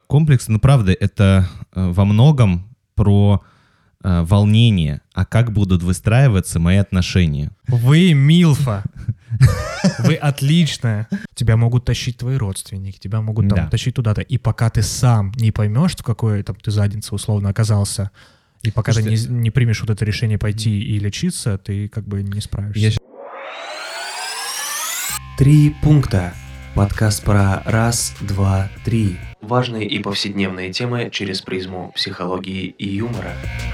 Комплексы, ну правда, это во многом про волнение, а как будут выстраиваться мои отношения. Вы милфа. Вы отличная. Тебя могут тащить твои родственники, тебя могут там тащить туда-то. И пока ты сам не поймешь, в какой там ты заднице условно оказался, и пока ты не примешь вот это решение пойти и лечиться, ты как бы не справишься. 3 пункта. Подкаст про раз, два, три. Важные и повседневные темы через призму психологии и юмора.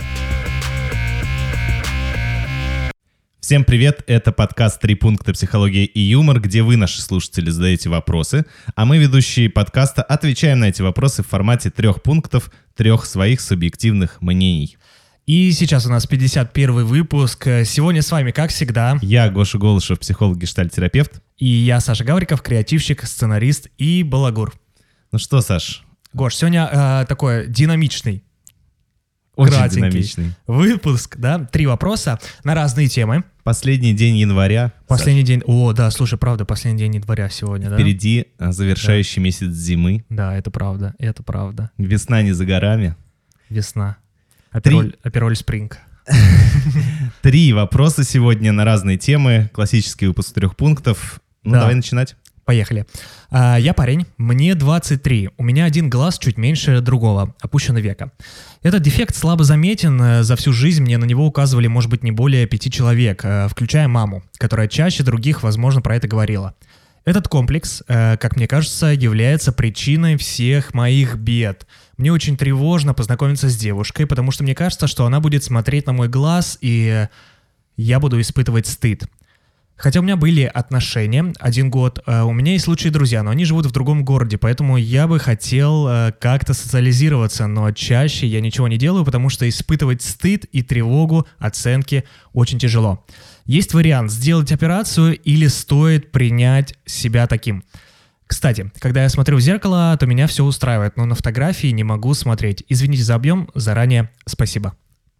Всем привет, это подкаст «3 пункта. Психология и юмор», где вы, наши слушатели, задаете вопросы, а мы, ведущие подкаста, отвечаем на эти вопросы в формате 3 пунктов, 3 своих субъективных мнений. И сейчас у нас 51 выпуск. Сегодня с вами, как всегда, Я, Гоша Голышев, психолог, гештальт-терапевт. И я, Саша Гавриков, креативщик, сценарист и балагур. Ну что, Саш? Гош, сегодня такой динамичный, Очень кратенький динамичный выпуск, да? 3 вопроса на разные темы. Последний день января. Последний день. О, да, слушай, правда, последний день января сегодня, да? Впереди завершающий месяц зимы. Да, это правда, это правда. Весна не за горами. Весна. Апероль Спринг. 3 вопроса сегодня на разные темы. Классический выпуск 3 пунктов. Ну, Да. давай начинать. Поехали. Я парень, мне 23, у меня один глаз чуть меньше другого, опущено века. Этот дефект слабо заметен, за всю жизнь мне на него указывали, может быть, не более 5 человек, включая маму, которая чаще других, возможно, про это говорила. Этот комплекс, как мне кажется, является причиной всех моих бед. Мне очень тревожно познакомиться с девушкой, потому что мне кажется, что она будет смотреть на мой глаз, и я буду испытывать стыд. Хотя у меня были отношения 1 год, у меня есть лучшие друзья, но они живут в другом городе, поэтому я бы хотел как-то социализироваться, но чаще я ничего не делаю, потому что испытывать стыд и тревогу оценки очень тяжело. Есть вариант сделать операцию или стоит принять себя таким. Кстати, когда я смотрю в зеркало, то меня все устраивает, но на фотографии не могу смотреть. Извините за объем, заранее спасибо.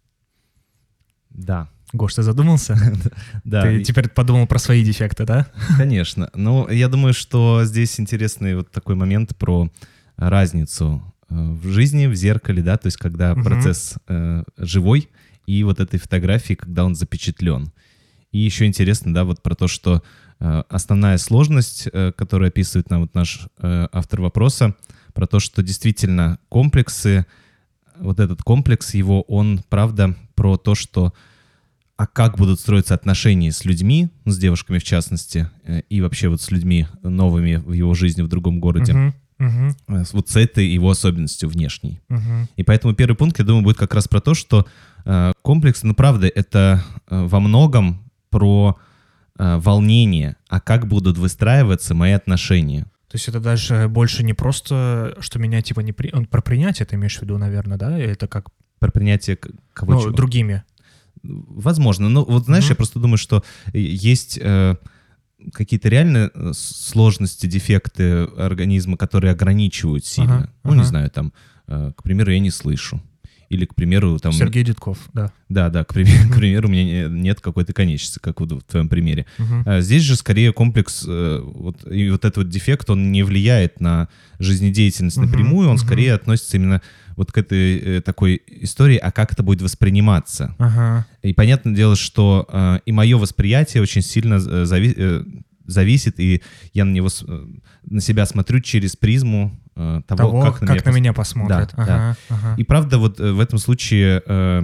Да. Гош, ты задумался? Да. Ты теперь подумал про свои дефекты, да? Конечно. Ну, я думаю, что здесь интересный вот такой момент про разницу в жизни, в зеркале, да, то есть когда процесс живой, и вот этой фотографии, когда он запечатлен. И еще интересно, да, вот про то, что основная сложность, которую описывает нам вот наш автор вопроса, про то, что действительно комплексы, вот этот комплекс его, он, правда, про то, что а как будут строиться отношения с людьми, с девушками в частности, и вообще вот с людьми новыми в его жизни в другом городе, вот с этой его особенностью внешней. И поэтому первый пункт, я думаю, будет как раз про то, что комплекс, ну правда, это во многом про волнение, а как будут выстраиваться мои отношения. То есть это даже больше не просто, что меня типа не про принятие, ты имеешь в виду, наверное, да? Это как... Про принятие кого чего? Другими. Возможно. Но вот знаешь, я просто думаю, что есть какие-то реальные сложности, дефекты организма, которые ограничивают сильно. Не знаю, там, к примеру, я не слышу. Или, к примеру, там... Сергей Дедков, да. Да, к примеру, у меня нет какой-то конечности, как вот в твоем примере. Здесь же скорее комплекс, и вот этот вот дефект, он не влияет на жизнедеятельность напрямую, он скорее относится именно вот к этой такой истории, а как это будет восприниматься. И понятное дело, что и мое восприятие очень сильно зависит, и я на себя смотрю через призму того, как на меня посмотрят. Да. И правда, вот в этом случае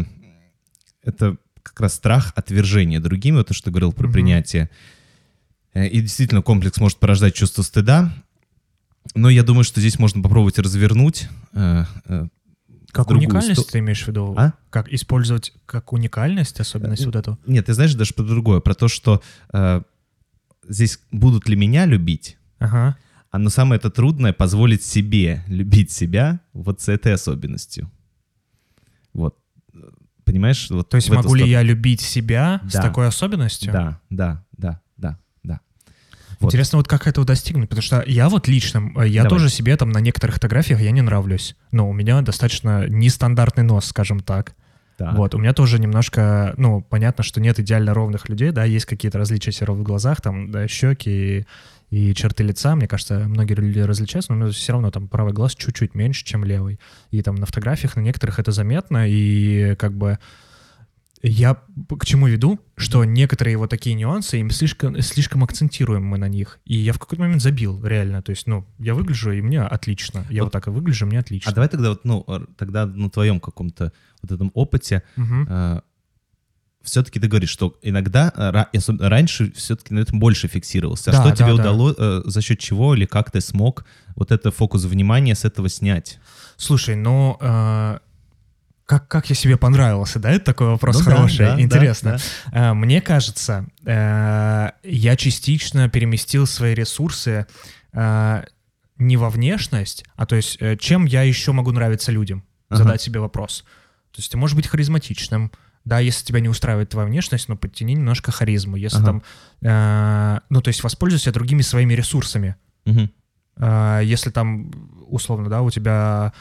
это как раз страх отвержения другими, вот то, что говорил про принятие. И действительно, комплекс может порождать чувство стыда, но я думаю, что здесь можно попробовать развернуть. Как уникальность ты имеешь в виду? А? Как использовать как уникальность, особенность вот эту? Нет, ты знаешь, даже про другое, про то, что здесь будут ли меня любить, но самое это трудное — позволить себе любить себя вот с этой особенностью. Вот. Понимаешь? Вот то есть могу ли я любить себя с такой особенностью? Да. Интересно, вот как этого достигнуть, потому что я вот лично, я тоже себе там на некоторых фотографиях я не нравлюсь. Но у меня достаточно нестандартный нос, скажем так. Вот, у меня тоже немножко, понятно, что нет идеально ровных людей, да, есть какие-то различия все равно в глазах, там, да, щеки и черты лица, мне кажется, многие люди различаются, но все равно там правый глаз чуть-чуть меньше, чем левый. И там на фотографиях, на некоторых это заметно, и как бы я к чему веду, что некоторые вот такие нюансы, им слишком акцентируем мы на них. И я в какой-то момент забил, реально. То есть, я выгляжу, и мне отлично. Я вот так и выгляжу, мне отлично. А давай тогда тогда на твоем каком-то вот этом опыте все-таки ты говоришь, что иногда, раньше все-таки на этом больше фиксировался. А что тебе удалось, за счет чего или как ты смог вот этот фокус внимания с этого снять? Слушай, как я себе понравился, да? Это такой вопрос хороший, интересно. Да. Мне кажется, я частично переместил свои ресурсы не во внешность, а то есть чем я еще могу нравиться людям? Задать себе вопрос. То есть ты можешь быть харизматичным, да, если тебя не устраивает твоя внешность, подтяни немножко харизму. Если там, то есть воспользуйся другими своими ресурсами. Если там, условно, да, у тебя,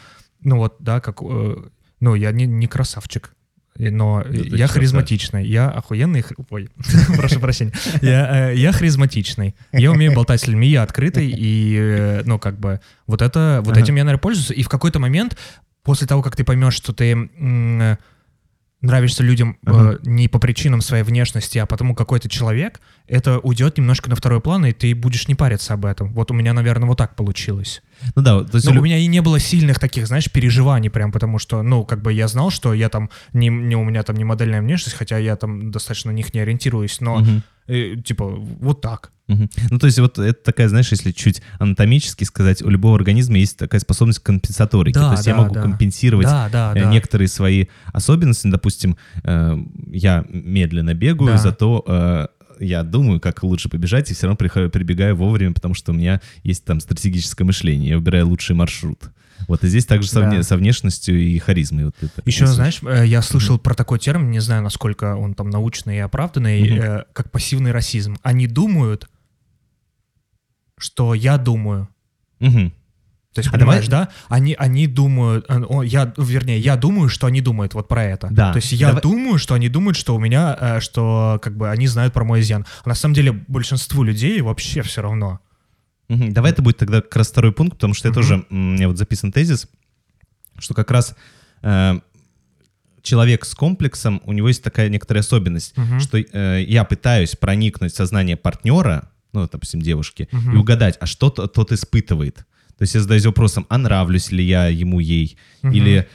я не красавчик, но я харизматичный, я охуенный... Ой, прошу прощения. Я харизматичный, я умею болтать с людьми, я открытый, и, вот этим я, наверное, пользуюсь. И в какой-то момент, после того, как ты поймешь, что ты нравишься людям не по причинам своей внешности, а потому какой ты человек, это уйдет немножко на второй план, и ты будешь не париться об этом. Вот у меня, наверное, вот так получилось. То есть у меня и не было сильных таких, знаешь, переживаний прям, потому что, я знал, что я там, у меня там не модельная внешность, хотя я там достаточно на них не ориентируюсь, но, вот так. То есть вот это такая, знаешь, если чуть анатомически сказать, у любого организма есть такая способность к компенсаторике. То есть я могу компенсировать некоторые свои особенности. Допустим, я медленно бегаю, зато я думаю, как лучше побежать, и все равно прибегаю вовремя, потому что у меня есть там стратегическое мышление, я выбираю лучший маршрут. Вот, и здесь также со внешностью и харизмой. Вот это. Еще, знаешь, я слышал про такой термин, не знаю, насколько он там научный и оправданный, как пассивный расизм. Они думают, что я думаю. То есть, понимаешь, да? Они думают... я думаю, что они думают вот про это. Да. То есть я думаю, что они думают, что у меня... Что как бы они знают про мой изъян. А на самом деле большинству людей вообще все равно. Давай это будет тогда как раз второй пункт, потому что я тоже... У меня вот записан тезис, что как раз... человек с комплексом, у него есть такая некоторая особенность, что я пытаюсь проникнуть в сознание партнера, допустим, девушки, и угадать, а что тот испытывает. То есть я задаюсь вопросом, а нравлюсь ли я ему, ей, или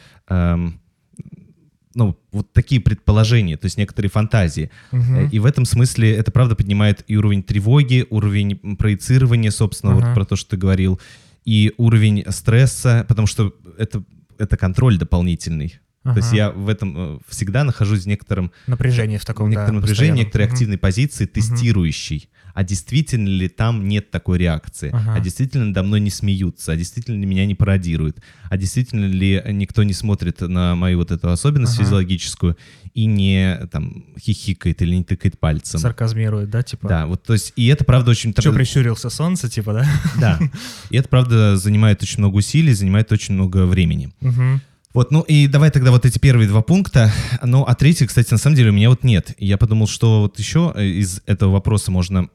вот такие предположения, то есть некоторые фантазии. И в этом смысле это, правда, поднимает и уровень тревоги, уровень проецирования, собственно, вот про то, что ты говорил, и уровень стресса, потому что это контроль дополнительный. То есть я в этом всегда нахожусь в некотором напряжении, в таком напряжении, некоторой активной позиции, тестирующей. А действительно ли там нет такой реакции? А действительно надо мной не смеются? А действительно ли меня не пародируют? А действительно ли никто не смотрит на мою вот эту особенность физиологическую и не там хихикает или не тыкает пальцем? Сарказмирует, да, типа? Да, вот то есть, и это правда очень... Что, прищурился солнце, типа, да? Да, и это правда занимает очень много усилий, занимает очень много времени. Вот, и давай тогда вот эти первые два пункта. А третий, кстати, на самом деле у меня вот нет. И я подумал, что вот еще из этого вопроса можно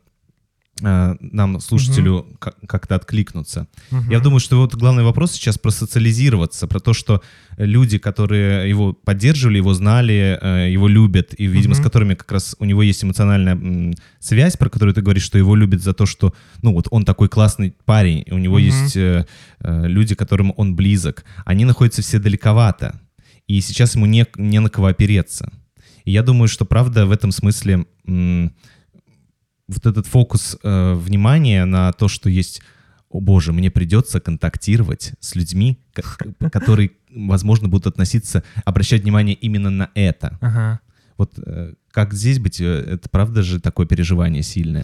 нам, слушателю, как-то откликнуться. Я думаю, что вот главный вопрос сейчас про социализироваться, про то, что люди, которые его поддерживали, его знали, его любят, и, видимо, с которыми как раз у него есть эмоциональная связь, про которую ты говоришь, что его любят за то, что, вот он такой классный парень, у него есть люди, которым он близок, они находятся все далековато, и сейчас ему не на кого опереться. И я думаю, что, правда, в этом смысле... вот этот фокус внимания на то, что есть, о боже, мне придется контактировать с людьми, которые, возможно, будут обращать внимание именно на это. Вот как здесь быть, это правда же такое переживание сильное?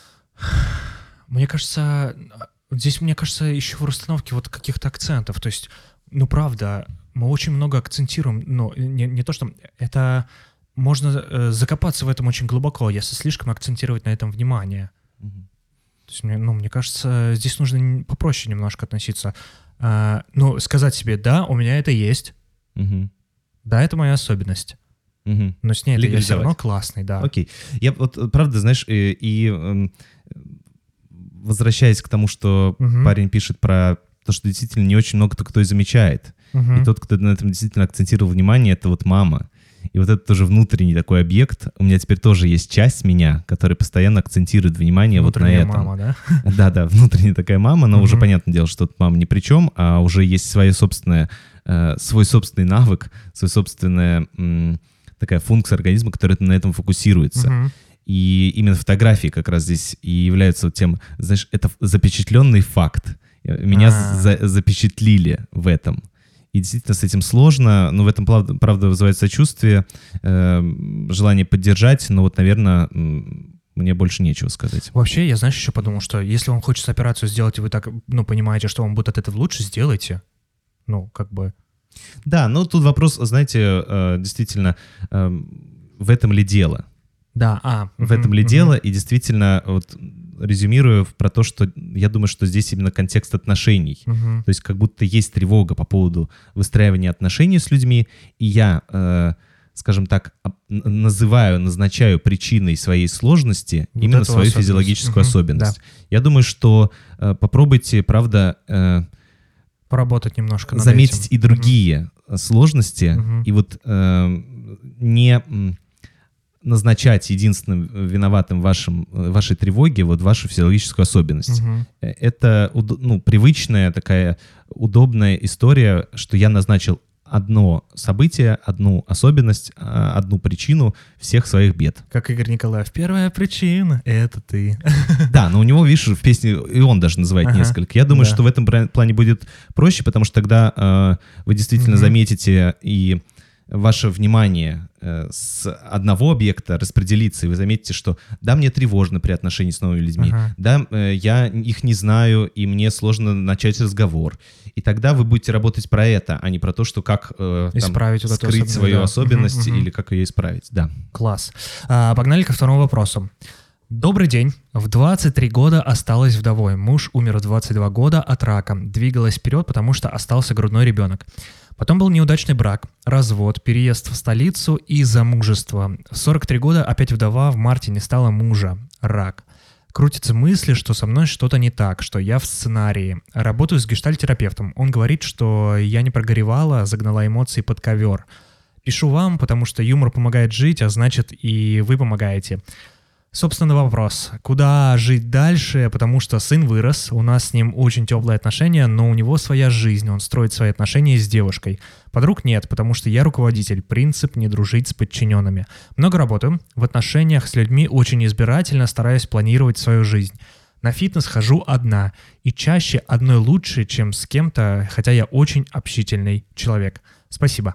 Мне кажется, здесь, еще в расстановке вот каких-то акцентов. То есть, правда, мы очень много акцентируем, не то, что это... Можно закопаться в этом очень глубоко, если слишком акцентировать на этом внимание. То есть, мне кажется, здесь нужно попроще немножко относиться. Сказать себе, да, у меня это есть, да, это моя особенность, но с ней это я все равно классный, да. Окей. Я вот, правда, знаешь, и возвращаясь к тому, что парень пишет про то, что действительно не очень много кто и замечает. И тот, кто на этом действительно акцентировал внимание, это вот мама. И вот это тоже внутренний такой объект. У меня теперь тоже есть часть меня, которая постоянно акцентирует внимание вот на этом. Мама, да? Да, внутренняя такая мама, но уже понятное дело, что тут мама ни при чем, а уже есть свой собственный навык, своя собственная такая функция организма, которая на этом фокусируется. И именно фотографии как раз здесь и являются вот тем, знаешь, это запечатленный факт. Меня запечатлили в этом. И действительно с этим сложно, но в этом, правда, вызывает сочувствие, желание поддержать, но вот, наверное, мне больше нечего сказать. Вообще, я, знаешь, еще подумал, что если вам хочется операцию сделать, и вы так, понимаете, что вам будет от этого лучше, сделайте. Да, тут вопрос, знаете, действительно, в этом ли дело? Да, в этом ли дело, и действительно, вот резюмирую про то, что я думаю, что здесь именно контекст отношений. То есть как будто есть тревога по поводу выстраивания отношений с людьми, и я, скажем так, назначаю причиной своей сложности вот именно свою физиологическую особенность. Да. Я думаю, что попробуйте, правда, поработать немножко над заметить этим. И другие сложности, и вот не назначать единственным виноватым вашей тревоге вот вашу физиологическую особенность. Это привычная такая удобная история, что я назначил одно событие, одну особенность, одну причину всех своих бед. Как Игорь Николаев. Первая причина — это ты. Да, но у него, видишь, в песне и он даже называет несколько. Я думаю, что в этом плане будет проще, потому что тогда вы действительно заметите и ваше внимание с одного объекта распределится, и вы заметите, что да, мне тревожно при отношении с новыми людьми, да, я их не знаю, и мне сложно начать разговор. И тогда вы будете работать про это, а не про то, что как исправить вот скрыть свою особенность или как ее исправить. Да. Класс. Погнали ко второму вопросу. Добрый день. В 23 года осталась вдовой. Муж умер в 22 года от рака. Двигалась вперед, потому что остался грудной ребенок. Потом был неудачный брак, развод, переезд в столицу и замужество. В 43 года опять вдова, в марте не стало мужа. Рак. Крутятся мысли, что со мной что-то не так, что я в сценарии. Работаю с гештальт-терапевтом. Он говорит, что я не прогоревала, загнала эмоции под ковер. Пишу вам, потому что юмор помогает жить, а значит и вы помогаете. Собственно, вопрос. Куда жить дальше? Потому что сын вырос, у нас с ним очень теплые отношения, но у него своя жизнь, он строит свои отношения с девушкой. Подруг нет, потому что я руководитель, принцип не дружить с подчиненными. Много работаю, в отношениях с людьми очень избирательно стараюсь планировать свою жизнь. На фитнес хожу одна, и чаще одной лучше, чем с кем-то, хотя я очень общительный человек. Спасибо.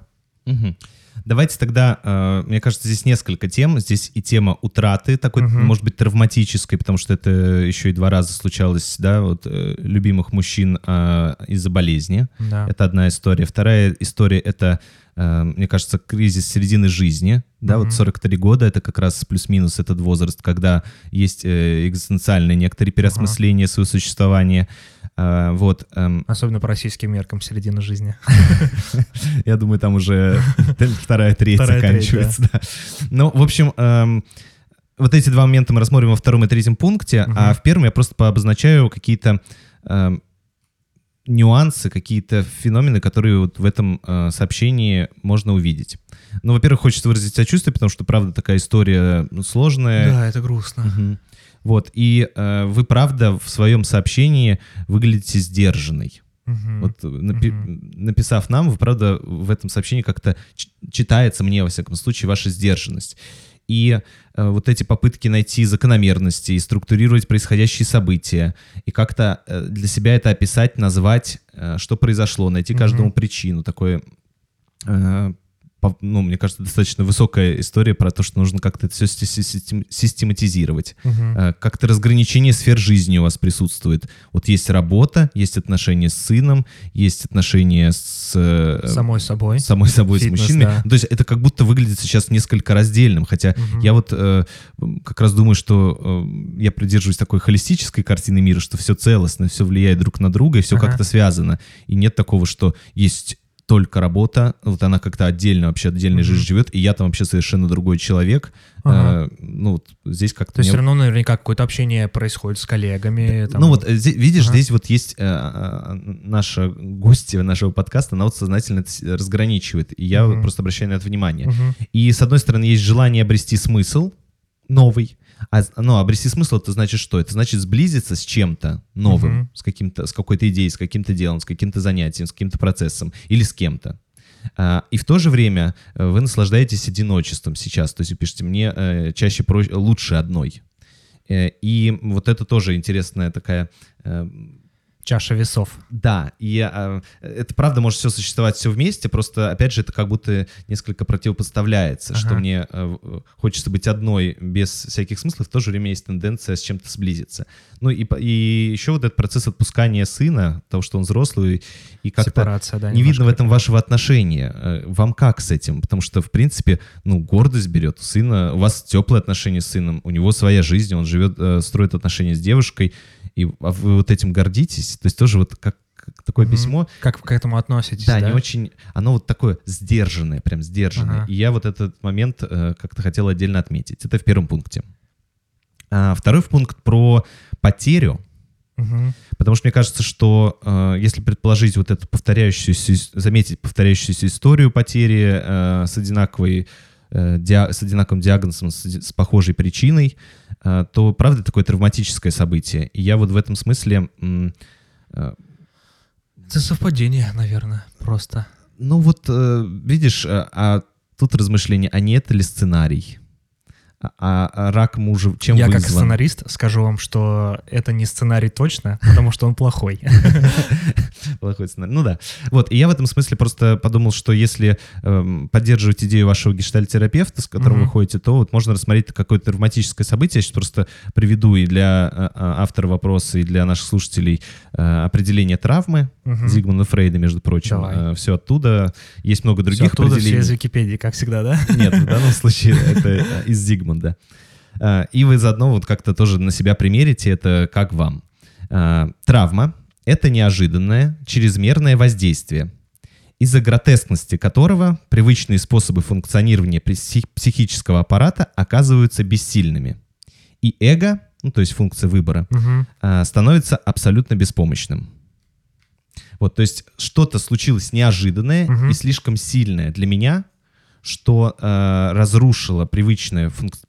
Давайте тогда, мне кажется, здесь несколько тем. Здесь и тема утраты, такой, может быть, травматической, потому что это еще и 2 раза случалось, да, вот, любимых мужчин из-за болезни. Да. Это одна история. Вторая история — это, мне кажется, кризис середины жизни. Да, вот 43 года — это как раз плюс-минус этот возраст, когда есть экзистенциальные некоторые переосмысления своего существования. Вот. Особенно по российским меркам середина жизни. Я думаю, там уже 2-3 заканчивается. Да. Ну, в общем, вот эти 2 момента мы рассмотрим во 2-м и 3-м пункте, а в 1-м я просто пообозначаю какие-то нюансы, какие-то феномены, которые вот в этом сообщении можно увидеть. Ну, во-первых, хочется выразить сочувствие, потому что, правда, такая история сложная. Да, это грустно. Вот, и вы, правда, в своем сообщении выглядите сдержанной. Вот, написав нам, вы, правда, в этом сообщении как-то читается мне, во всяком случае, ваша сдержанность. И вот эти попытки найти закономерности и структурировать происходящие события, и как-то для себя это описать, назвать, что произошло, найти каждому причину. Такое, мне кажется, достаточно высокая история про то, что нужно как-то это все систематизировать. Как-то разграничение сфер жизни у вас присутствует. Вот есть работа, есть отношения с сыном, есть отношения с... самой собой, фитнес, с мужчинами. Да. То есть это как будто выглядит сейчас несколько раздельным. Хотя я вот как раз думаю, что я придерживаюсь такой холистической картины мира, что все целостно, все влияет друг на друга, и все как-то связано. И нет такого, что есть только работа, вот она как-то отдельно, вообще отдельной жизнью живет, и я там вообще совершенно другой человек. Ну, вот здесь как-то... То есть все равно наверняка какое-то общение происходит с коллегами. Там... Ну вот, видишь, здесь вот есть наша гостья нашего подкаста, она вот сознательно это разграничивает, и я вот просто обращаю на это внимание. И с одной стороны есть желание обрести смысл новый, обрести смысл — это значит что? Это значит сблизиться с чем-то новым, с какой-то идеей, с каким-то делом, с каким-то занятием, с каким-то процессом или с кем-то. И в то же время вы наслаждаетесь одиночеством сейчас. То есть вы пишете: мне чаще лучше одной. И вот это тоже интересная такая... Чаша весов. Да, и это правда может все существовать все вместе, просто, опять же, это как будто несколько противопоставляется, что мне хочется быть одной без всяких смыслов, в то же время есть тенденция с чем-то сблизиться. Ну и еще вот этот процесс отпускания сына, того, что он взрослый, и как-то сепарация, да, не видно в этом вашего отношения. Вам как с этим? Потому что, в принципе, гордость берет у сына, у вас теплые отношения с сыном, у него своя жизнь, он живет, строит отношения с девушкой, и вы вот этим гордитесь, то есть тоже вот как такое письмо. Как вы к этому относитесь? Да, не очень, оно вот такое сдержанное, прям сдержанное. И я вот этот момент как-то хотел отдельно отметить. Это в первом пункте. Второй пункт про потерю. Потому что мне кажется, что если предположить вот эту заметить повторяющуюся историю потери с одинаковым диагнозом, с похожей причиной, то, правда, такое травматическое событие. И я вот в этом смысле... Это совпадение, наверное, просто. Ну вот, видишь, тут размышление, а не это ли сценарий? А рак мужа чем вызван? Я как сценарист скажу вам, что это не сценарий точно, потому что он плохой. Плохой сценарий. Ну да. Вот, и я в этом смысле просто подумал, что если поддерживать идею вашего гештальт-терапевта, с которым вы ходите, то вот можно рассмотреть какое-то травматическое событие. Я сейчас просто приведу и для автора вопроса, и для наших слушателей определение травмы Зигмунда Фрейда, между прочим. Все оттуда. Есть много других определений. Все из Википедии, как всегда, да? Нет, в данном случае это из Зигмунда. И вы заодно вот как-то тоже на себя примерите это, как вам. Травма — это неожиданное, чрезмерное воздействие, из-за гротескности которого привычные способы функционирования психического аппарата оказываются бессильными. И эго, то есть функция выбора, становится абсолютно беспомощным. Вот, то есть что-то случилось неожиданное и слишком сильное для меня, что разрушило привычное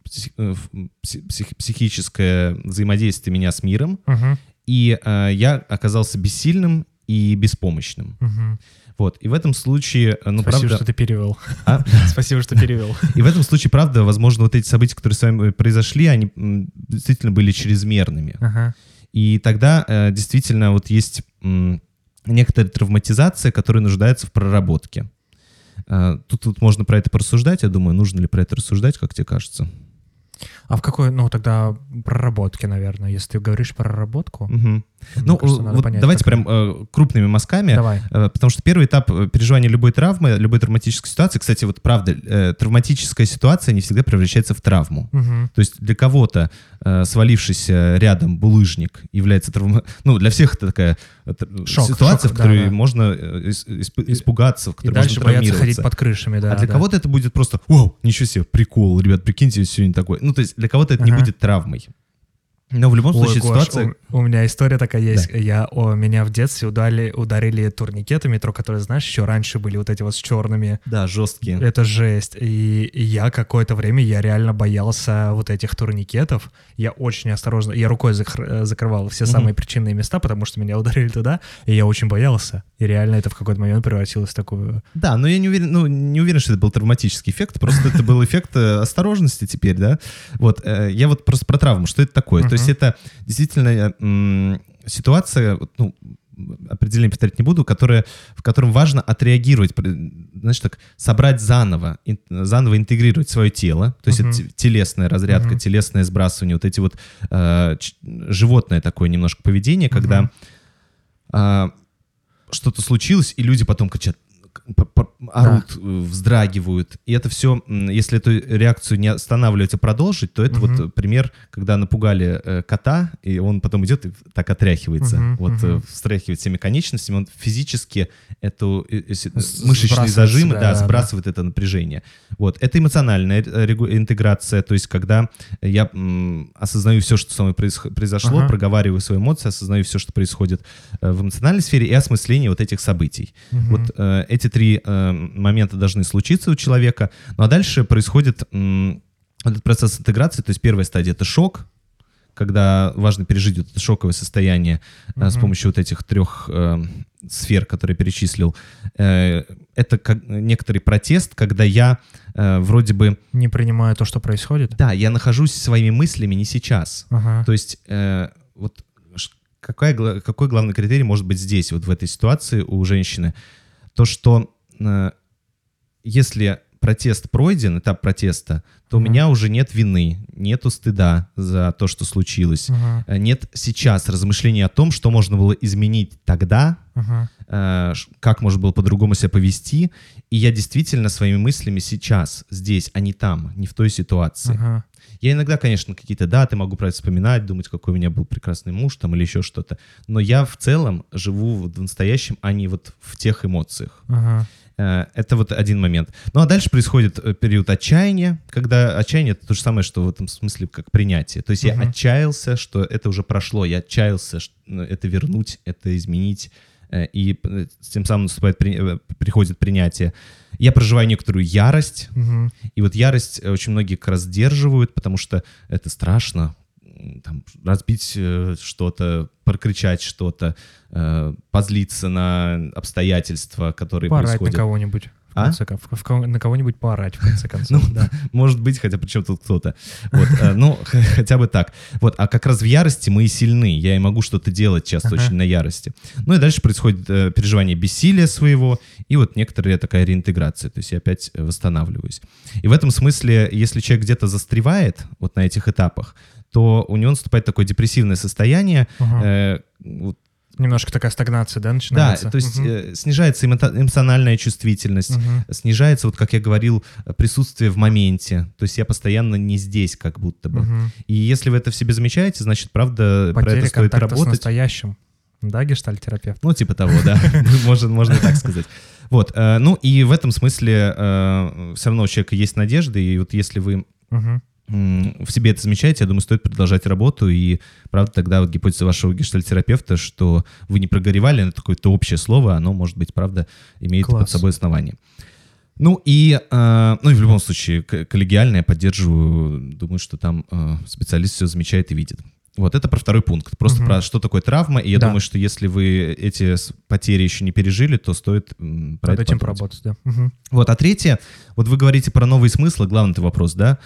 психическое взаимодействие меня с миром, и я оказался бессильным и беспомощным. Вот, и в этом случае... Спасибо, что ты перевел. Спасибо, что перевел. И в этом случае, правда, возможно, вот эти события, которые с вами произошли, они действительно были чрезмерными. И тогда действительно вот есть некоторая травматизация, которая нуждается в проработке. Тут можно про это порассуждать. Я думаю, нужно ли про это рассуждать, как тебе кажется? А в какой, тогда проработке, наверное, если ты говоришь про проработку? Кажется, вот давайте прям крупными мазками. Давай. Потому что первый этап переживания любой травмы, любой травматической ситуации, кстати, вот правда, травматическая ситуация не всегда превращается в травму. То есть для кого-то свалившийся рядом булыжник является травмой. Для всех это такая ситуация, в которой можно испугаться, в которой можно травмироваться. И дальше бояться ходить под крышами, да. А для кого-то это будет просто: вау, ничего себе, прикол, ребят, прикиньте, сегодня такое. То есть для кого-то это не будет травмой. Но в любом случае ситуация... У меня история такая есть. Да. Меня в детстве ударили турникеты метро, которые, знаешь, еще раньше были вот эти вот с черными. Да, жесткие. Это жесть. И я какое-то время, я реально боялся вот этих турникетов. Я очень осторожно, я рукой закрывал все самые причинные места, потому что меня ударили туда, и я очень боялся. И реально это в какой-то момент превратилось в такую... Да, но я не уверен, что это был травматический эффект, просто это был эффект осторожности теперь, да. Вот, я вот просто про травму, что это такое? То есть это действительно ситуация, определение повторять не буду, в котором важно отреагировать, знаешь, так, собрать заново интегрировать свое тело, то есть это телесная разрядка, телесное сбрасывание, вот эти вот животное такое немножко поведение, когда что-то случилось, и люди потом кричат: орут, вздрагивают. И это все, если эту реакцию не останавливать, а продолжить, то это вот пример, когда напугали кота, и он потом идет и так отряхивается. Встряхивает всеми конечностями, он физически эту мышечные зажимы сбрасывает это напряжение. Вот. Это эмоциональная интеграция, то есть когда я осознаю все, что со мной произошло, проговариваю свои эмоции, осознаю все, что происходит в эмоциональной сфере, и осмысление вот этих событий. Вот эти три момента должны случиться у человека. Ну а дальше происходит этот процесс интеграции, то есть первая стадия — это шок, когда важно пережить вот это шоковое состояние с помощью вот этих трех сфер, которые я перечислил. Это как некоторый протест, когда я вроде бы... Не принимаю то, что происходит? Да, я нахожусь своими мыслями не сейчас. То есть вот какой главный критерий может быть здесь, вот в этой ситуации у женщины? То, что если протест пройден, этап протеста, то у меня уже нет вины, нету стыда за то, что случилось. Нет сейчас размышлений о том, что можно было изменить тогда, как можно было по-другому себя повести. И я действительно своими мыслями сейчас, здесь, а не там, не в той ситуации. Я иногда, конечно, какие-то даты могу про это вспоминать, думать, какой у меня был прекрасный муж там или еще что-то. Но я в целом живу в настоящем, а не вот в тех эмоциях. Это вот один момент. Ну а дальше происходит период отчаяния, когда отчаяние — это то же самое, что в этом смысле как принятие. То есть я отчаялся, что это уже прошло, я отчаялся это вернуть, это изменить, и тем самым приходит принятие. Я проживаю некоторую ярость, и вот ярость очень многие как раз сдерживают, потому что это страшно. Там, разбить что-то, прокричать что-то, позлиться на обстоятельства, которые происходят. Поорать на кого-нибудь. На кого-нибудь поорать, в конце концов. Может быть, хотя при чем тут кто-то. Вот, ну, хотя бы так. Вот, а как раз в ярости мы и сильны. Я и могу что-то делать часто очень на ярости. Ну и дальше происходит переживание бессилия своего и вот некоторая такая реинтеграция. То есть я опять восстанавливаюсь. И в этом смысле, если человек где-то застревает вот на этих этапах, то у него наступает такое депрессивное состояние. Немножко такая стагнация, да, начинается? Да, то есть снижается эмоциональная чувствительность, снижается, вот как я говорил, присутствие в моменте. То есть я постоянно не здесь, как будто бы. И если вы это в себе замечаете, значит, правда, про это стоит работать. Потеря контакта с настоящим. Да, гештальт-терапевт? Ну, типа того, да. Можно и так сказать. Вот. Ну, и в этом смысле все равно у человека есть надежда, и вот если вы в себе это замечаете, я думаю, стоит продолжать работу. И, правда, тогда вот гипотеза вашего гештальт-терапевта, что вы не прогоревали, на такое-то общее слово, оно, может быть, правда, имеет под собой основание. Ну и в любом случае, коллегиально я поддерживаю, думаю, что там специалист все замечает и видит. Вот, это про второй пункт. Просто про что такое травма. И я думаю, что если вы эти потери еще не пережили, то стоит про это этим поработать. Да. Вот, а третье, вот вы говорите про новые смыслы, главный вопрос, да?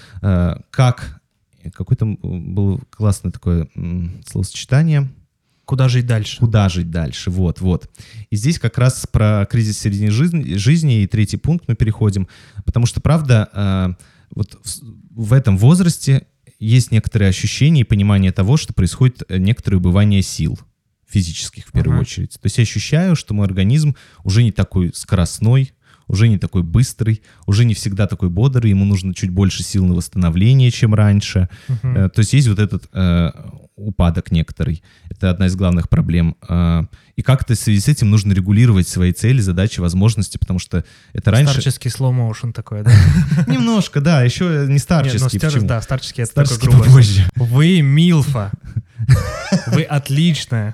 Какое-то было классное такое словосочетание. Куда жить дальше? Куда жить дальше, вот. И здесь как раз про кризис в середине жизни и третий пункт мы переходим, потому что, правда, вот в этом возрасте есть некоторые ощущения и понимание того, что происходит некоторое убывание сил физических в первую очередь. То есть я ощущаю, что мой организм уже не такой скоростной, уже не такой быстрый, уже не всегда такой бодрый, ему нужно чуть больше сил на восстановление, чем раньше. То есть есть вот этот упадок некоторый. Это одна из главных проблем. И как-то в связи с этим нужно регулировать свои цели, задачи, возможности, потому что это раньше... Старческий slow-motion такой, да? Немножко, да, еще не старческий. Да, старческий — это такой грубо. Попозже. Вы милфа. Вы отличная.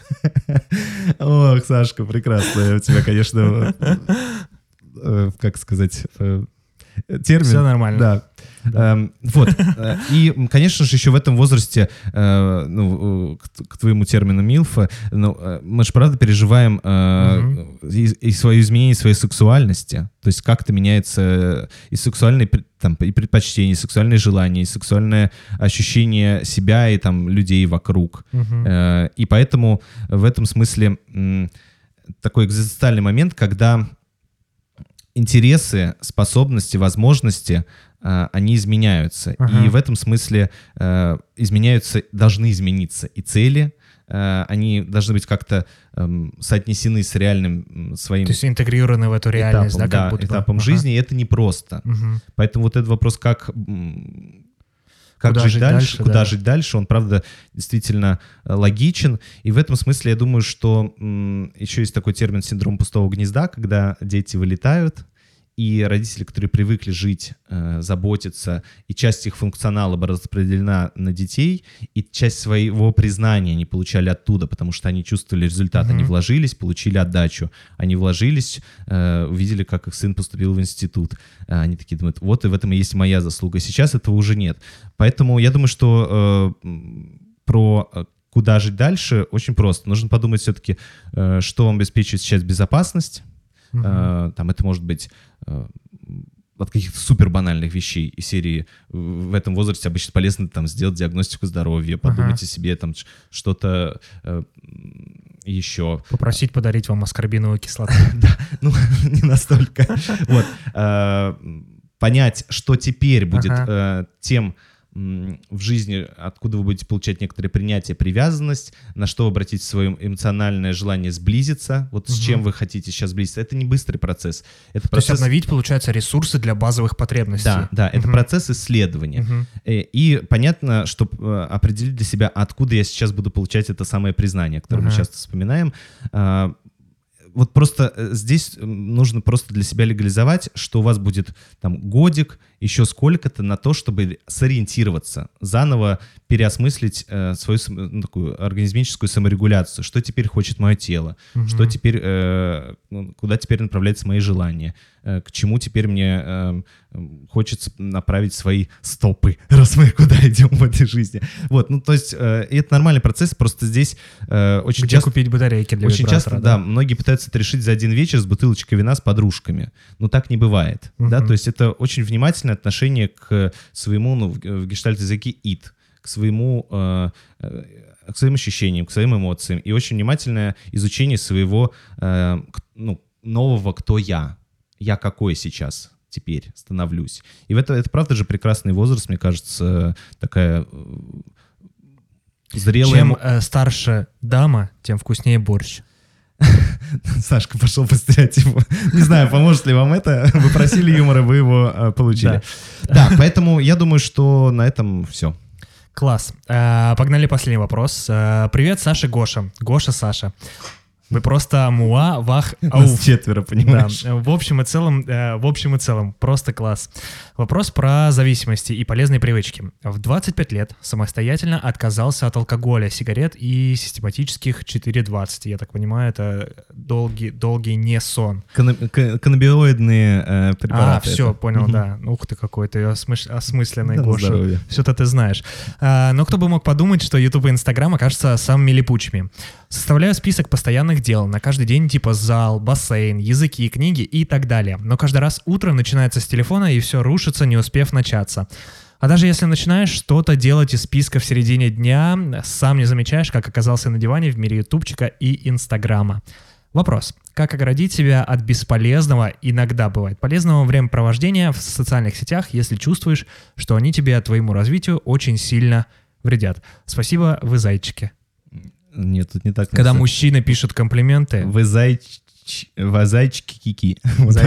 Ох, Сашка, прекрасно. У тебя, конечно, как сказать, термин. Все нормально. Да. Вот. И, конечно же, еще в этом возрасте, к твоему термину милфа, мы же, правда, переживаем и свое изменение своей сексуальности. То есть как-то меняется и сексуальные и предпочтения, и сексуальные желания, и сексуальное ощущение себя и там людей вокруг. И поэтому в этом смысле такой экзистенциальный момент, когда интересы, способности, возможности, они изменяются. И в этом смысле должны измениться и цели, они должны быть как-то соотнесены с реальным своим... То есть интегрированы в эту реальность, этапом, да, как будто бы. этапом жизни, и это непросто. Поэтому вот этот вопрос, как жить дальше, куда жить дальше, он, правда, действительно логичен. И в этом смысле я думаю, что еще есть такой термин синдром пустого гнезда, когда дети вылетают, и родители, которые привыкли жить, заботиться, и часть их функционала была распределена на детей, и часть своего признания они получали оттуда, потому что они чувствовали результат. Они вложились, получили отдачу. Они вложились, увидели, как их сын поступил в институт. Они такие думают, вот и в этом и есть моя заслуга. Сейчас этого уже нет. Поэтому я думаю, что про куда жить дальше очень просто. Нужно подумать все-таки, что вам обеспечивает сейчас безопасность. Там это может быть от каких-то супер банальных вещей из серии в этом возрасте обычно полезно там сделать диагностику здоровья, подумать о себе, там что-то еще. Попросить подарить вам аскорбиновую кислоту. Да, ну не настолько. Вот. Понять, что теперь будет тем в жизни, откуда вы будете получать некоторые принятия, привязанность, на что обратить свое эмоциональное желание сблизиться, вот с чем вы хотите сейчас сблизиться. Это не быстрый процесс. Это То есть обновить, получается, ресурсы для базовых потребностей. Да, это процесс исследования. И понятно, что определить для себя, откуда я сейчас буду получать это самое признание, которое мы часто вспоминаем. Вот просто здесь нужно просто для себя легализовать, что у вас будет там годик, еще сколько-то на то, чтобы сориентироваться, заново переосмыслить свою такую организмическую саморегуляцию. Что теперь хочет мое тело? Что теперь, куда теперь направляются мои желания? К чему теперь мне хочется направить свои стопы, раз мы куда идем в этой жизни. Вот, ну то есть это нормальный процесс, просто здесь очень Где часто... купить батарейки для очень вибратора, часто, да, многие пытаются это решить за один вечер с бутылочкой вина с подружками. Но так не бывает, да, то есть это очень внимательное отношение к своему, ну, в гештальт-языке «ид», к своим ощущениям, к своим эмоциям, и очень внимательное изучение своего нового «кто я?». Я какой сейчас теперь становлюсь. И это правда же прекрасный возраст, мне кажется, такая зрелая... Чем старше дама, тем вкуснее борщ. Сашка пошел по стереотипу. Не знаю, поможет ли вам это. Вы просили юмора, вы его получили. Да, поэтому я думаю, что на этом все. Класс. Погнали последний вопрос. Привет, Саша, Гоша. Гоша, Саша. Вы просто муа, вах, ауф. Нас 4, понимаешь? Да, в общем и целом, просто класс. Вопрос про зависимости и полезные привычки. В 25 лет самостоятельно отказался от алкоголя, сигарет и систематических 4.20. Я так понимаю, это долгий не сон. Каннабиоидные препараты. Все, понял, да. Ух ты, какой ты осмысленный, Гоша. Здоровье. Все-то ты знаешь. Но кто бы мог подумать, что YouTube и Instagram окажутся самыми липучими. Составляю список постоянных дел. На каждый день типа зал, бассейн, языки, книги и так далее. Но каждый раз утро начинается с телефона, и все рушится, не успев начаться. А даже если начинаешь что-то делать из списка в середине дня, сам не замечаешь, как оказался на диване в мире ютубчика и инстаграма. Вопрос. Как оградить себя от бесполезного, иногда бывает полезного времяпровождения в социальных сетях, если чувствуешь, что они тебе, твоему развитию очень сильно вредят? Спасибо, вы зайчики. Нет, тут не так. Когда мужчины пишут комплименты... Вы зайчики-кики.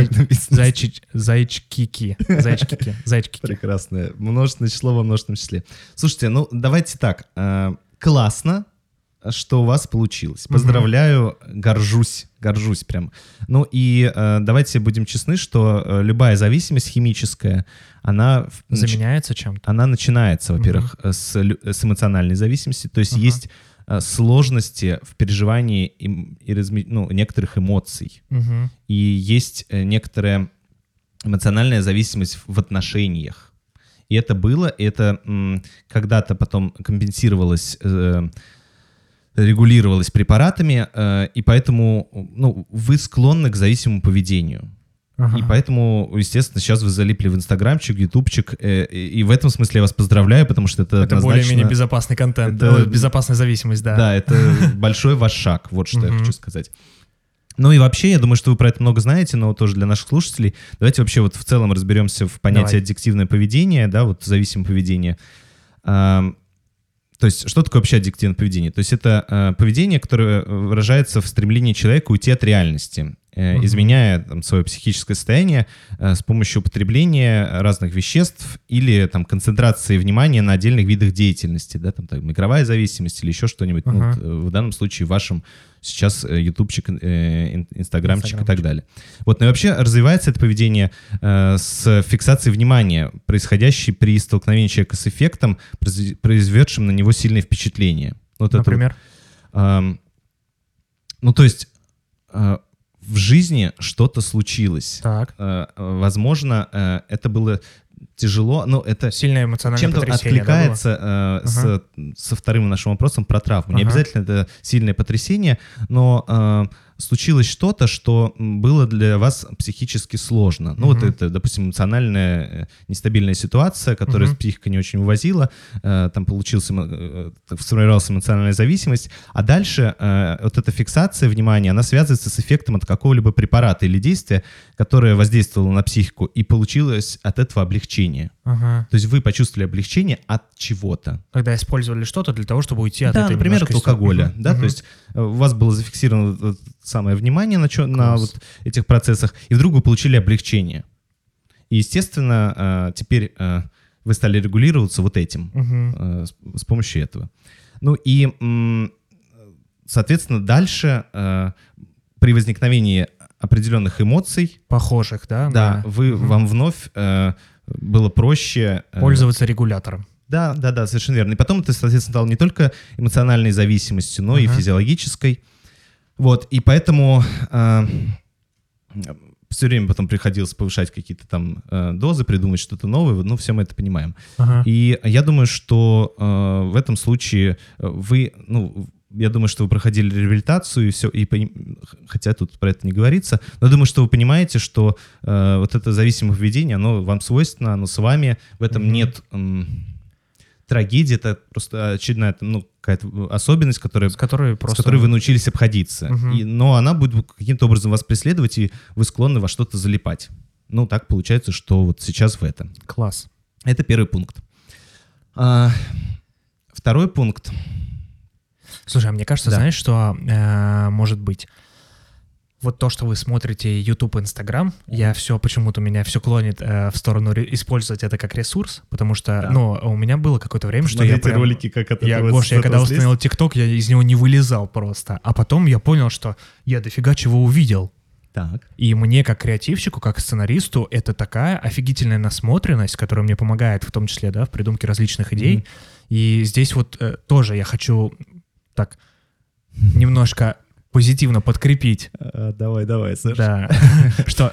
Зайчики-ки. Прекрасное. Множественное число во множественном числе. Слушайте, ну давайте так. Классно, что у вас получилось. Поздравляю, горжусь прям. Ну и давайте будем честны, что любая зависимость химическая, она... Заменяется чем-то? Она начинается, во-первых, с эмоциональной зависимости. То есть есть сложности в переживании некоторых эмоций. И есть некоторая эмоциональная зависимость в отношениях. И это было, это когда-то потом компенсировалось, регулировалось препаратами, и поэтому вы склонны к зависимому поведению. И поэтому, естественно, сейчас вы залипли в инстаграмчик, ютубчик, и в этом смысле я вас поздравляю, потому что это однозначно... более-менее безопасный контент, безопасная зависимость, да. Да, это большой ваш шаг, вот что я хочу сказать. Ну и вообще, я думаю, что вы про это много знаете, но тоже для наших слушателей. Давайте вообще вот в целом разберемся в понятии аддиктивное поведение, да, вот зависимое поведение. То есть что такое вообще аддиктивное поведение? То есть это поведение, которое выражается в стремлении человека уйти от реальности, изменяя там, свое психическое состояние с помощью употребления разных веществ или там, концентрации внимания на отдельных видах деятельности, да, там, игровая зависимость или еще что-нибудь. Ну, вот, в данном случае в вашем сейчас ютубчик, инстаграмчик и так далее. Вот, ну и вообще развивается это поведение с фиксацией внимания, происходящей при столкновении человека с эффектом, произведшим на него сильное впечатление. Вот например? Ну, то есть в жизни что-то случилось. Так. Возможно, это было тяжело, но это сильное эмоциональное чем-то потрясение, откликается со вторым нашим вопросом про травму. Не обязательно это сильное потрясение, но случилось что-то, что было для вас психически сложно. Ну вот это, допустим, эмоциональная нестабильная ситуация, которая с психикой не очень увозила, там сформировалась эмоциональная зависимость, а дальше вот эта фиксация внимания, она связывается с эффектом от какого-либо препарата или действия, которое воздействовало на психику, и получилось от этого облегчение. То есть вы почувствовали облегчение от чего-то. Когда использовали что-то для того, чтобы уйти от этой например, от алкоголя. Да? То есть у вас было зафиксировано самое внимание на вот этих процессах, и вдруг вы получили облегчение. И, естественно, теперь вы стали регулироваться вот этим, с помощью этого. Ну и, соответственно, дальше при возникновении определенных эмоций... Похожих, да? Да, вам вновь было проще... Пользоваться регулятором. Да, совершенно верно. И потом это, соответственно, стало не только эмоциональной зависимостью, но и физиологической. Вот, и поэтому все время потом приходилось повышать какие-то там дозы, придумать что-то новое, ну, все мы это понимаем. И я думаю, что в этом случае я думаю, что вы проходили реабилитацию, и все, хотя тут про это не говорится, но я думаю, что вы понимаете, что вот это зависимое поведение, оно вам свойственно, оно с вами, в этом нет трагедии, это просто очередная какая-то особенность, с которой вы научились обходиться. Но она будет каким-то образом вас преследовать, и вы склонны во что-то залипать. Ну, так получается, что вот сейчас в этом. Класс. Это первый пункт. Второй пункт. Слушай, а мне кажется, знаешь, что может быть... Вот то, что вы смотрите YouTube, Instagram, меня все клонит в сторону использовать это как ресурс, потому что, у меня было какое-то время, что я прям... ролики, как от этого я когда установил TikTok, я из него не вылезал просто. А потом я понял, что я дофига чего увидел. Так. И мне, как креативщику, как сценаристу, это такая офигительная насмотренность, которая мне помогает, в том числе, в придумке различных идей. И здесь вот тоже я хочу так немножко... позитивно подкрепить. Давай, Саша. Да. Что,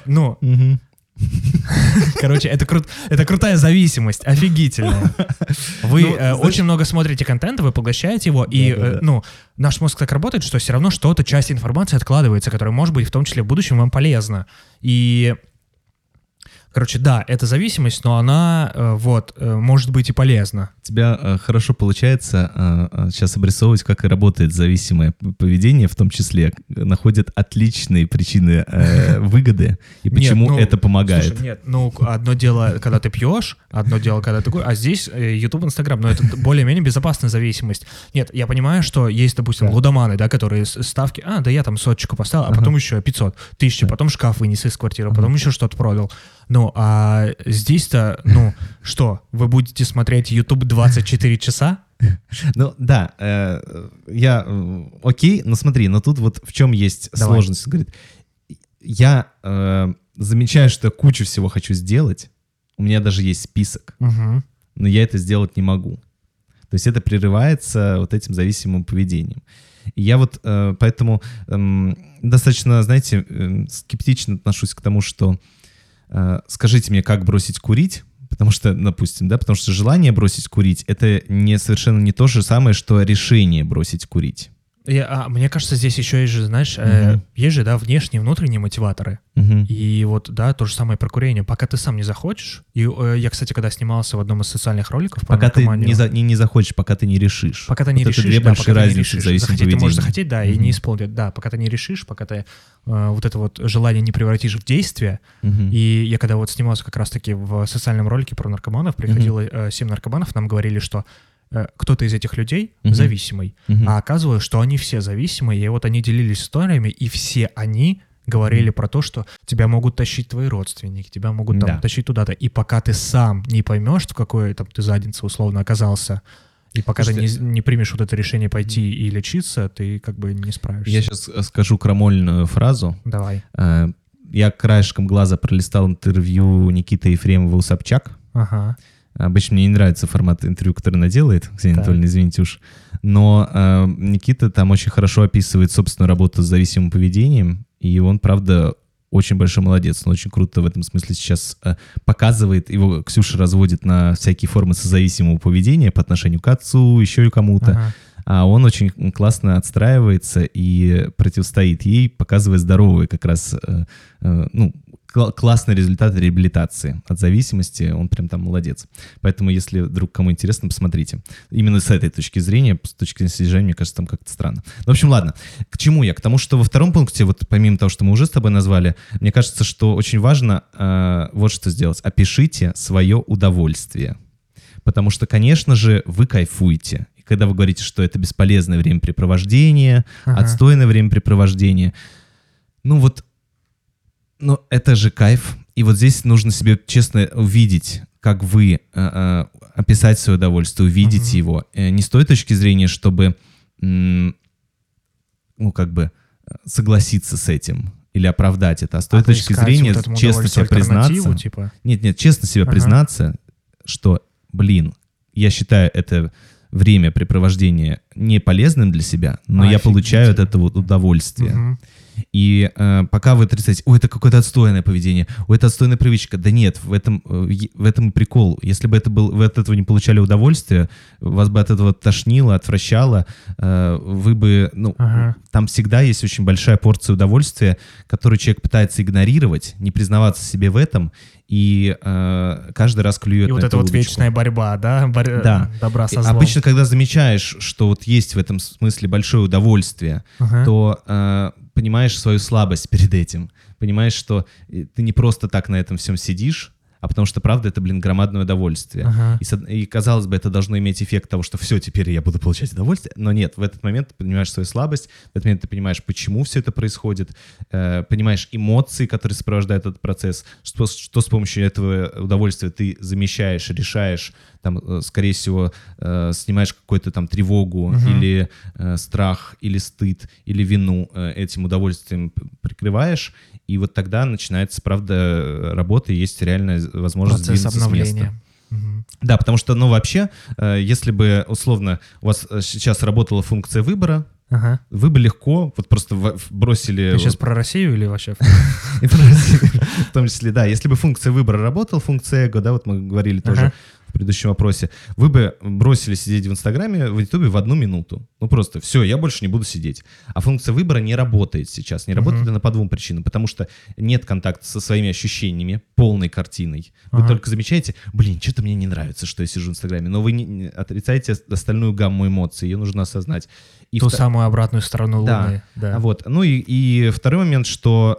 короче, это крутая зависимость, офигительная. Вы очень много смотрите контента, вы поглощаете его, и наш мозг так работает, что все равно что-то, часть информации откладывается, которая, может быть, в том числе в будущем вам полезна. И... Короче, да, это зависимость, но она может быть и полезна. У тебя хорошо получается сейчас обрисовывать, как и работает зависимое поведение, в том числе находят отличные причины выгоды и почему это помогает. Слушай, одно дело, когда ты пьешь, одно дело, когда ты... А здесь YouTube, Instagram, но это более-менее безопасная зависимость. Нет, я понимаю, что есть, допустим, лудоманы, да, которые ставки... я там соточку поставил, а потом еще 500, 1000, потом шкаф вынес из квартиры, потом еще что-то продал. А здесь-то, что, вы будете смотреть YouTube 24 часа? Окей, но смотри, но тут вот в чем есть сложность. Говорит, я замечаю, что я кучу всего хочу сделать, у меня даже есть список, но я это сделать не могу. То есть это прерывается вот этим зависимым поведением. И я вот поэтому достаточно, знаете, скептично отношусь к тому, что скажите мне, как бросить курить, потому что, допустим, потому что желание бросить курить — это совершенно не то же самое, что решение бросить курить. Мне кажется, здесь еще есть же, знаешь, есть же, внешние и внутренние мотиваторы. И вот, то же самое про курение. Пока ты сам не захочешь, и я, кстати, когда снимался в одном из социальных роликов... Пока ты не захочешь, пока ты не решишь. Пока ты не решишь, это две большие разницы в зависимом поведении. Ты можешь захотеть, и не исполнить. Да, пока ты не решишь, пока ты вот это вот желание не превратишь в действие. И я когда вот снимался как раз-таки в социальном ролике про наркоманов, приходило 7 наркоманов, нам говорили, что кто-то из этих людей зависимый, а оказывалось, что они все зависимые, и вот они делились историями, и все они говорили про то, что тебя могут тащить твои родственники, тебя могут там тащить туда-то, и пока ты сам не поймешь, в какой там ты заднице условно оказался, и пока ты не примешь вот это решение пойти и лечиться, ты как бы не справишься. Я сейчас скажу крамольную фразу. Давай. Я краешком глаза пролистал интервью Никиты Ефремова у Собчак. Ага. Обычно мне не нравится формат интервью, который она делает, Ксения Анатольевна, извините уж. Но Никита там очень хорошо описывает собственную работу с зависимым поведением, и он, правда, очень большой молодец. Он очень круто в этом смысле сейчас показывает. Его Ксюша разводит на всякие формы созависимого поведения по отношению к отцу, еще и кому-то. Ага. А он очень классно отстраивается и противостоит ей, показывая здоровые как раз, классный результат реабилитации от зависимости. Он прям там молодец. Поэтому, если вдруг кому интересно, посмотрите. Именно с этой точки зрения, с точки зрения содержания, мне кажется, там как-то странно. В общем, ладно. К чему я? К тому, что во втором пункте, вот помимо того, что мы уже с тобой назвали, мне кажется, что очень важно вот что сделать. Опишите свое удовольствие. Потому что, конечно же, вы кайфуете. Когда вы говорите, что это бесполезное времяпрепровождение, отстойное времяпрепровождение, это же кайф. И вот здесь нужно себе честно увидеть, как вы описать свое удовольствие, увидеть его. Не с той точки зрения, чтобы, согласиться с этим или оправдать это, а с той точки зрения честно себе признаться. Типа? Нет, честно себе признаться, что, я считаю это времяпрепровождение не полезным для себя, но я получаю от этого удовольствие. И пока вы отрицаете, это какое-то отстойное поведение, это отстойная привычка. Да нет, в этом и прикол. Если бы вы от этого не получали удовольствие, вас бы от этого тошнило, отвращало, вы бы... Там всегда есть очень большая порция удовольствия, которую человек пытается игнорировать, не признаваться себе в этом, и каждый раз клюет на эту вот эта удочку. вечная борьба, да? Да. Добра со злом. Обычно, когда замечаешь, что вот есть в этом смысле большое удовольствие, то понимаешь свою слабость перед этим. Понимаешь, что ты не просто так на этом всем сидишь, а потому что, правда, это, громадное удовольствие. И, казалось бы, это должно иметь эффект того, что все, теперь я буду получать удовольствие. Но нет, в этот момент ты понимаешь свою слабость, в этот момент ты понимаешь, почему все это происходит, понимаешь эмоции, которые сопровождают этот процесс, что с помощью этого удовольствия ты замещаешь, решаешь, там, скорее всего, снимаешь какую-то там тревогу или страх, или стыд, или вину этим удовольствием прикрываешь, и вот тогда начинается, правда, работа, и есть реальная возможность процесс сдвинуться обновления. с места. Да, потому что, вообще, если бы, условно, у вас сейчас работала функция выбора, вы бы легко просто бросили... Ты сейчас про Россию или вообще? И про Россию, в том числе, да. Если бы функция выбора работала, функция эго, да, вот мы говорили тоже в предыдущем вопросе, вы бы бросили сидеть в Инстаграме, в Ютубе в 1 минуту. Просто все, я больше не буду сидеть. А функция выбора не работает сейчас. Не работает она по 2 причинам. Потому что нет контакта со своими ощущениями, полной картиной. Вы только замечаете, что-то мне не нравится, что я сижу в Инстаграме. Но вы не отрицаете остальную гамму эмоций. Ее нужно осознать. И ту самую обратную сторону Луны. Да. Вот. И второй момент, что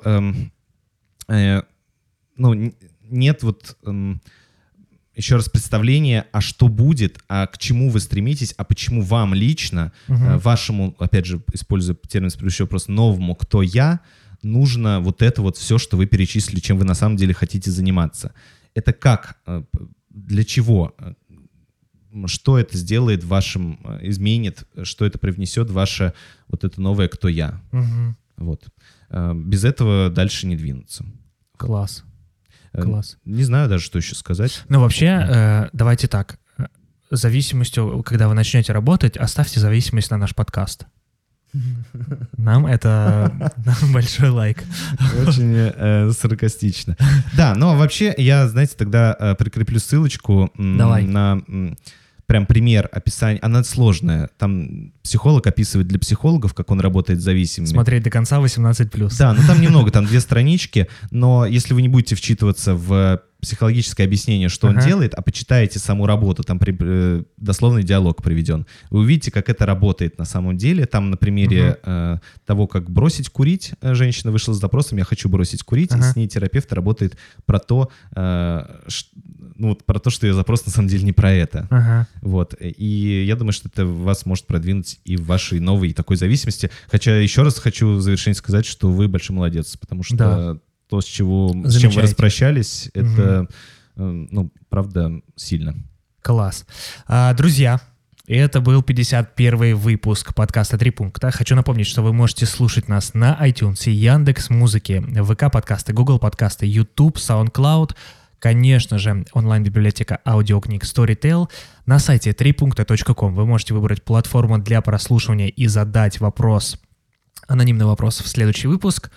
нет еще раз представление, а что будет, а к чему вы стремитесь, а почему вам лично, вашему, опять же, используя термин с предыдущего вопроса, новому «кто я», нужно вот это вот все, что вы перечислили, чем вы на самом деле хотите заниматься. Это как, для чего, что это сделает вашим, изменит, что это привнесет в ваше вот это новое «кто я». Вот. Без этого дальше не двинуться. Класс. Не знаю даже, что еще сказать. Вообще, давайте так. Зависимостью, когда вы начнете работать, оставьте зависимость на наш подкаст. Нам большой лайк. Очень саркастично. Да, но вообще я, тогда прикреплю ссылочку на прям пример описания. Она сложная. Там психолог описывает для психологов, как он работает с зависимыми. Смотреть до конца 18+. Да, там немного, там 2 странички, но если вы не будете вчитываться в психологическое объяснение, что он делает, а почитаете саму работу, там дословный диалог приведен. Вы увидите, как это работает на самом деле. Там на примере того, как бросить курить, женщина вышла с запросом «я хочу бросить курить», и с ней терапевт работает про то, что ее запрос на самом деле не про это. Вот. И я думаю, что это вас может продвинуть и в вашей новой такой зависимости. Хотя еще раз хочу в завершение сказать, что вы большой молодец, потому что то, с чем вы распрощались, это, правда, сильно. Класс. Друзья, это был 51-й выпуск подкаста «Три пункта». Хочу напомнить, что вы можете слушать нас на iTunes, Яндекс.Музыке, ВК-подкасты, Google подкасты, YouTube, SoundCloud, конечно же, онлайн-библиотека аудиокниг Storytel. На сайте трипункта.com вы можете выбрать платформу для прослушивания и задать вопрос, анонимный вопрос в следующий выпуск.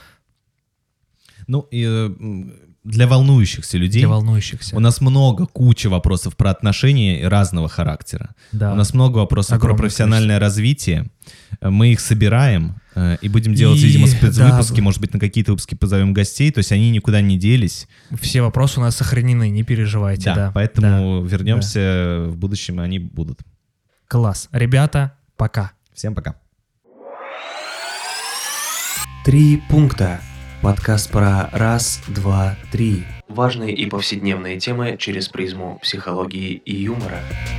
Для волнующихся людей. У нас куча вопросов про отношения разного характера. Да. У нас много вопросов про профессиональное развитие. Мы их собираем и будем делать, видимо, спецвыпуски. Может быть, на какие-то выпуски позовем гостей. То есть они никуда не делись. Все вопросы у нас сохранены, не переживайте. Да, поэтому вернемся в будущем, и они будут. Класс. Ребята, пока. Всем пока. 3 пункта. Подкаст про раз, два, три. Важные и повседневные темы через призму психологии и юмора.